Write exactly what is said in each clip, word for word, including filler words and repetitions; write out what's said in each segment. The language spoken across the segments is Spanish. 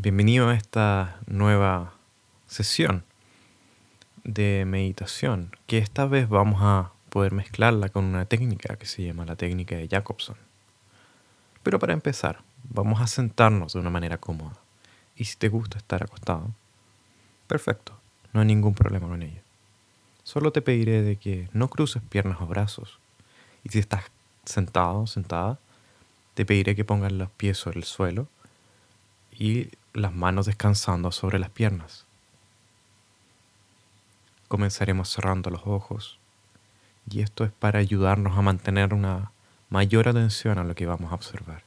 Bienvenido a esta nueva sesión de meditación, que esta vez vamos a poder mezclarla con una técnica que se llama la técnica de Jacobson. Pero para empezar, vamos a sentarnos de una manera cómoda. Y si te gusta estar acostado, perfecto, no hay ningún problema con ello. Solo te pediré de que no cruces piernas o brazos. Y si estás sentado o sentada, te pediré que pongas los pies sobre el suelo y las manos descansando sobre las piernas. Comenzaremos cerrando los ojos y esto es para ayudarnos a mantener una mayor atención a lo que vamos a observar.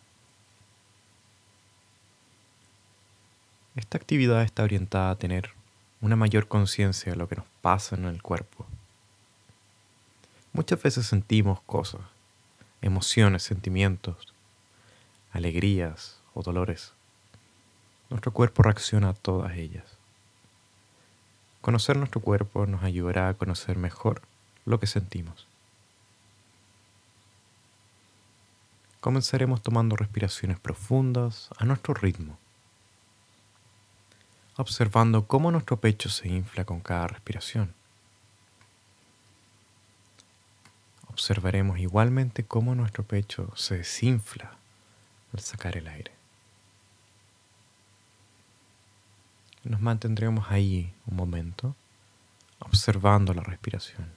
Esta actividad está orientada a tener una mayor conciencia de lo que nos pasa en el cuerpo. Muchas veces sentimos cosas, emociones, sentimientos, alegrías o dolores. Nuestro cuerpo reacciona a todas ellas. Conocer nuestro cuerpo nos ayudará a conocer mejor lo que sentimos. Comenzaremos tomando respiraciones profundas a nuestro ritmo, observando cómo nuestro pecho se infla con cada respiración. Observaremos igualmente cómo nuestro pecho se desinfla al sacar el aire. Nos mantendremos ahí un momento, observando la respiración.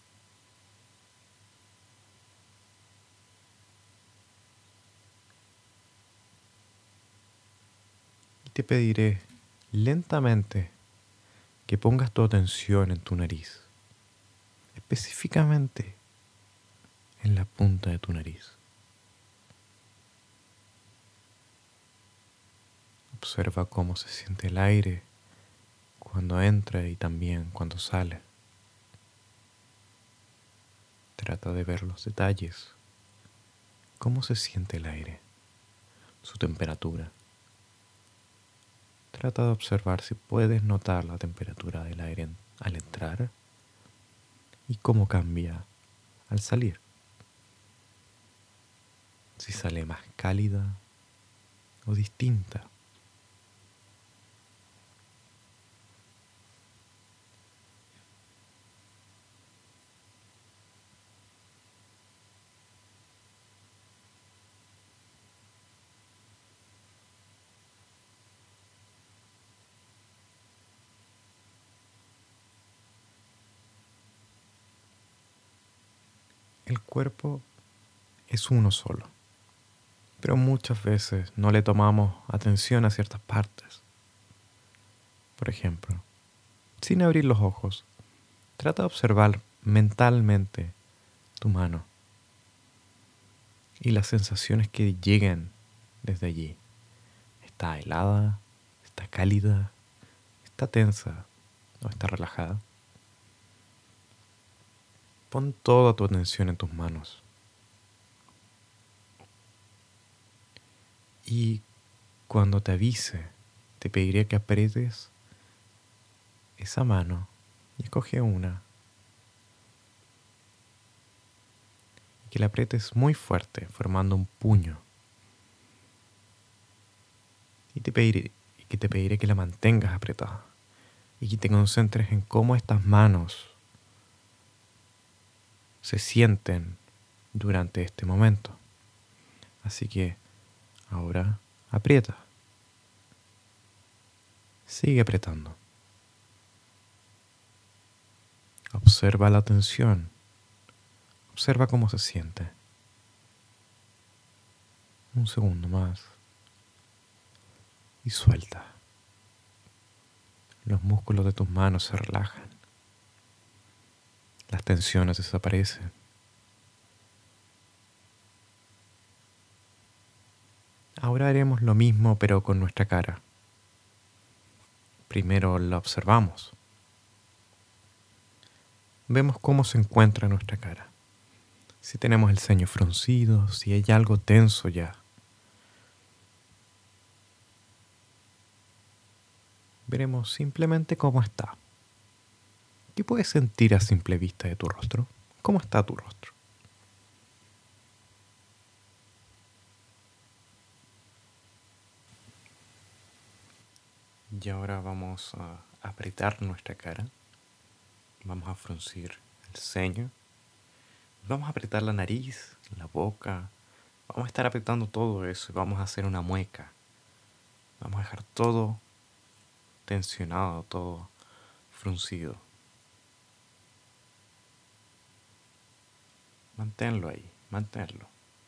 Y te pediré lentamente que pongas tu atención en tu nariz, específicamente en la punta de tu nariz. Observa cómo se siente el aire cuando entra y también cuando sale. Trata de ver los detalles. ¿Cómo se siente el aire? Su temperatura. Trata de observar si puedes notar la temperatura del aire al entrar y cómo cambia al salir. Si sale más cálida o distinta. El cuerpo es uno solo, pero muchas veces no le tomamos atención a ciertas partes. Por ejemplo, sin abrir los ojos, trata de observar mentalmente tu mano y las sensaciones que lleguen desde allí. ¿Está helada? ¿Está cálida? ¿Está tensa? ¿O está relajada? Pon toda tu atención en tus manos. Y cuando te avise, te pediré que aprietes esa mano y escoge una. Y que la aprietes muy fuerte, formando un puño. Y te pediré, y que te pediré que la mantengas apretada. Y que te concentres en cómo estas manos se sienten durante este momento. Así que ahora aprieta. Sigue apretando. Observa la tensión. Observa cómo se siente. Un segundo más. Y suelta. Los músculos de tus manos se relajan. Las tensiones desaparecen. Ahora haremos lo mismo pero con nuestra cara. Primero la observamos. Vemos cómo se encuentra nuestra cara. Si tenemos el ceño fruncido, si hay algo tenso ya. Veremos simplemente cómo está. ¿Qué puedes sentir a simple vista de tu rostro? ¿Cómo está tu rostro? Y ahora vamos a apretar nuestra cara. Vamos a fruncir el ceño. Vamos a apretar la nariz, la boca. Vamos a estar apretando todo eso y vamos a hacer una mueca. Vamos a dejar todo tensionado, todo fruncido. Manténlo ahí, manténlo.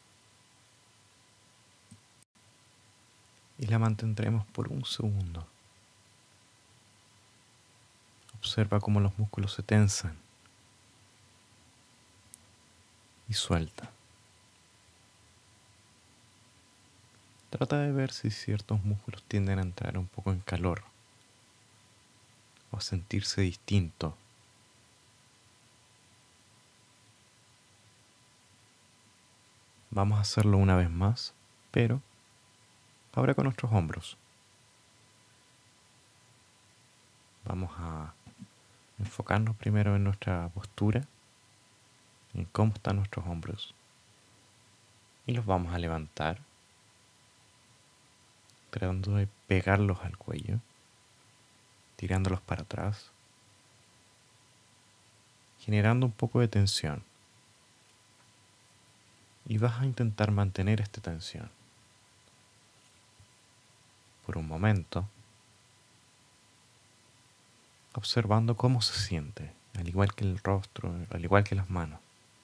Y la mantendremos por un segundo. Observa cómo los músculos se tensan. Y suelta. Trata de ver si ciertos músculos tienden a entrar un poco en calor o a sentirse distinto. Vamos a hacerlo una vez más, pero ahora con nuestros hombros. Vamos a enfocarnos primero en nuestra postura, en cómo están nuestros hombros. Y los vamos a levantar, tratando de pegarlos al cuello, tirándolos para atrás, generando un poco de tensión. Y vas a intentar mantener esta tensión por un momento, observando cómo se siente, al igual que el rostro, al igual que las manos.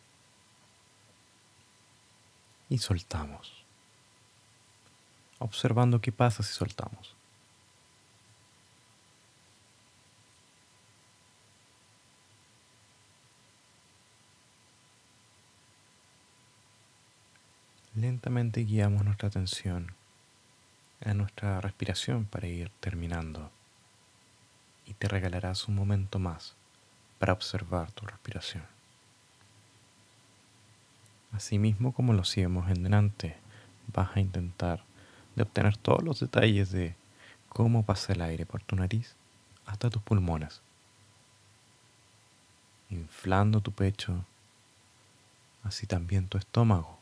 Y soltamos, observando qué pasa si soltamos. Lentamente guiamos nuestra atención a nuestra respiración para ir terminando, y te regalarás un momento más para observar tu respiración. Asimismo, como lo hacíamos en delante, vas a intentar de obtener todos los detalles de cómo pasa el aire por tu nariz hasta tus pulmones, inflando tu pecho, así también tu estómago.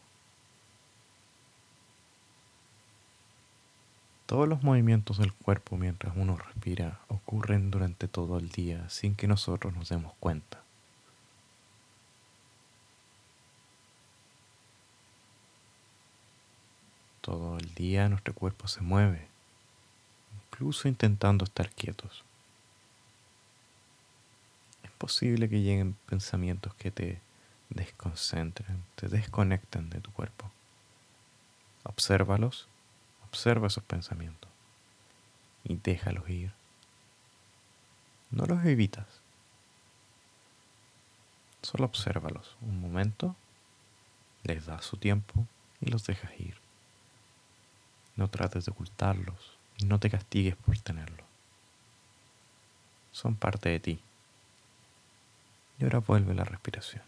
Todos los movimientos del cuerpo mientras uno respira ocurren durante todo el día sin que nosotros nos demos cuenta. Todo el día nuestro cuerpo se mueve, incluso intentando estar quietos. Es posible que lleguen pensamientos que te desconcentren, te desconecten de tu cuerpo. Obsérvalos, observa esos pensamientos y déjalos ir. No los evitas, solo obsérvalos un momento, les das su tiempo y los dejas ir. No trates de ocultarlos y no te castigues por tenerlos. Son parte de ti. Y ahora vuelve la respiración.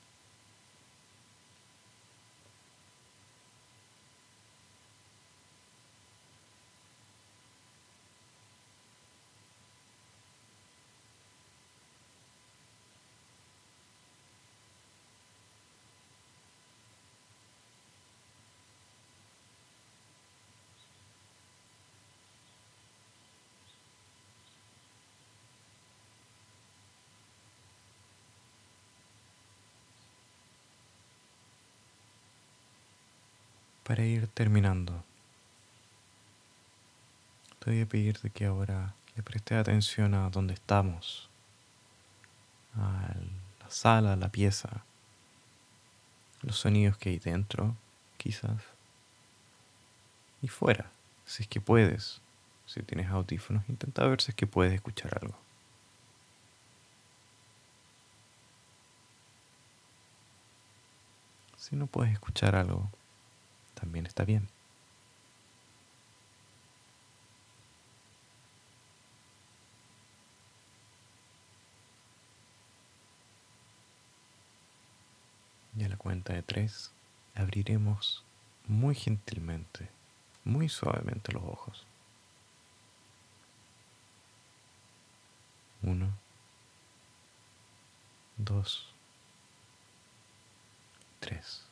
Para ir terminando, te voy a pedirte que ahora le prestes atención a dónde estamos, a la sala, a la pieza, los sonidos que hay dentro, quizás, y fuera, si es que puedes. Si tienes audífonos, intenta ver si es que puedes escuchar algo. Si no puedes escuchar algo, también está bien. Y a la cuenta de tres, abriremos muy gentilmente, muy suavemente los ojos. Uno, dos, tres.